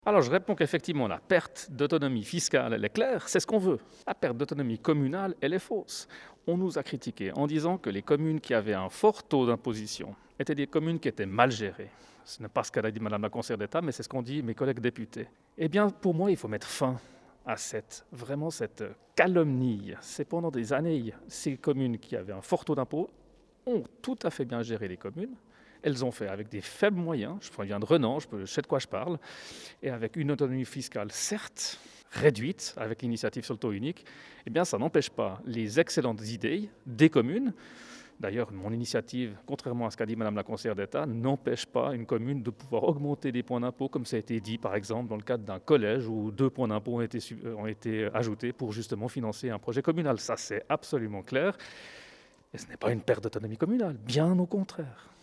Alors je réponds qu'effectivement la perte d'autonomie fiscale, elle est claire, c'est ce qu'on veut. La perte d'autonomie communale, elle est fausse. On nous a critiqué en disant que les communes qui avaient un fort taux d'imposition étaient des communes qui étaient mal gérées. Ce n'est pas ce qu'a dit Madame la conseillère d'État, mais c'est ce qu'ont dit mes collègues députés. Eh bien, pour moi, il faut mettre fin à cette calomnie. C'est pendant des années, ces communes qui avaient un fort taux d'impôt ont tout à fait bien géré les communes. Elles ont fait avec des faibles moyens, je viens de Renan, je sais de quoi je parle, et avec une autonomie fiscale certes réduite, avec l'initiative sur le taux unique, eh bien ça n'empêche pas les excellentes idées des communes. D'ailleurs, mon initiative, contrairement à ce qu'a dit Madame la conseillère d'État, n'empêche pas une commune de pouvoir augmenter des points d'impôt, comme ça a été dit par exemple dans le cadre d'un collège où 2 points d'impôt ont été ajoutés pour justement financer un projet communal. Ça, c'est absolument clair. Et ce n'est pas une perte d'autonomie communale, bien au contraire.